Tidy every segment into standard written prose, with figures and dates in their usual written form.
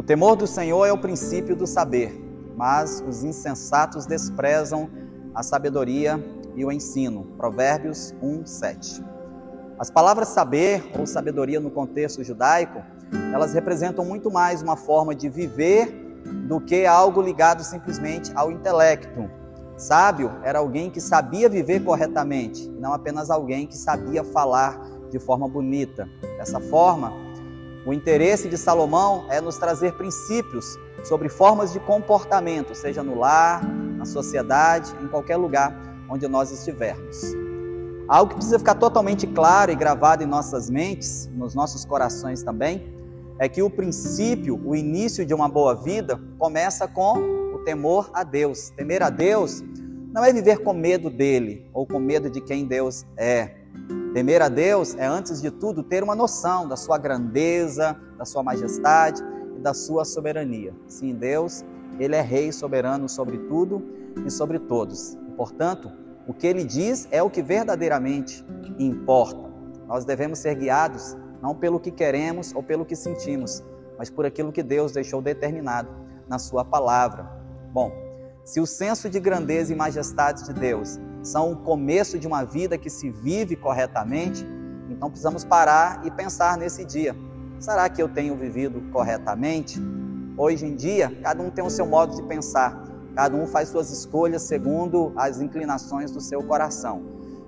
temor do Senhor é o princípio do saber, mas os insensatos desprezam a sabedoria e o ensino. Provérbios 1:7. As palavras saber ou sabedoria no contexto judaico, elas representam muito mais uma forma de viver do que algo ligado simplesmente ao intelecto. Sábio era alguém que sabia viver corretamente, não apenas alguém que sabia falar de forma bonita. Dessa forma, o interesse de Salomão é nos trazer princípios sobre formas de comportamento, seja no lar, na sociedade, em qualquer lugar onde nós estivermos. Algo que precisa ficar totalmente claro e gravado em nossas mentes, nos nossos corações também, é que o princípio, o início de uma boa vida, começa com o temor a Deus. Temer a Deus não é viver com medo dele ou com medo de quem Deus é. Temer a Deus é, antes de tudo, ter uma noção da sua grandeza, da sua majestade e da sua soberania. Sim, Deus, ele é rei soberano sobre tudo e sobre todos. E, portanto, o que ele diz é o que verdadeiramente importa. Nós devemos ser guiados não pelo que queremos ou pelo que sentimos, mas por aquilo que Deus deixou determinado na sua palavra. Bom, se o senso de grandeza e majestade de Deus são o começo de uma vida que se vive corretamente, então precisamos parar e pensar nesse dia. Será que eu tenho vivido corretamente? Hoje em dia, cada um tem o seu modo de pensar, cada um faz suas escolhas segundo as inclinações do seu coração.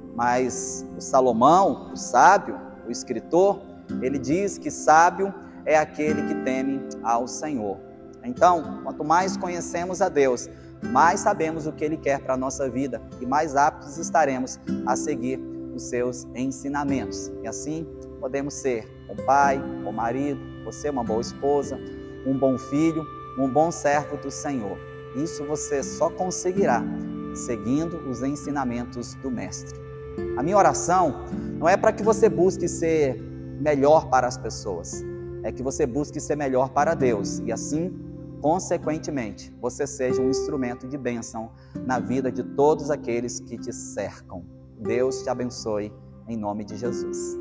Mas o Salomão, o sábio, o escritor, ele diz que sábio é aquele que teme ao Senhor. Então, quanto mais conhecemos a Deus, mais sabemos o que Ele quer para a nossa vida e mais aptos estaremos a seguir os seus ensinamentos. E assim, podemos ser um pai, um marido, você uma boa esposa, um bom filho, um bom servo do Senhor. Isso você só conseguirá seguindo os ensinamentos do Mestre. A minha oração não é para que você busque ser melhor para as pessoas, é que você busque ser melhor para Deus e assim, consequentemente, você seja um instrumento de bênção na vida de todos aqueles que te cercam. Deus te abençoe em nome de Jesus.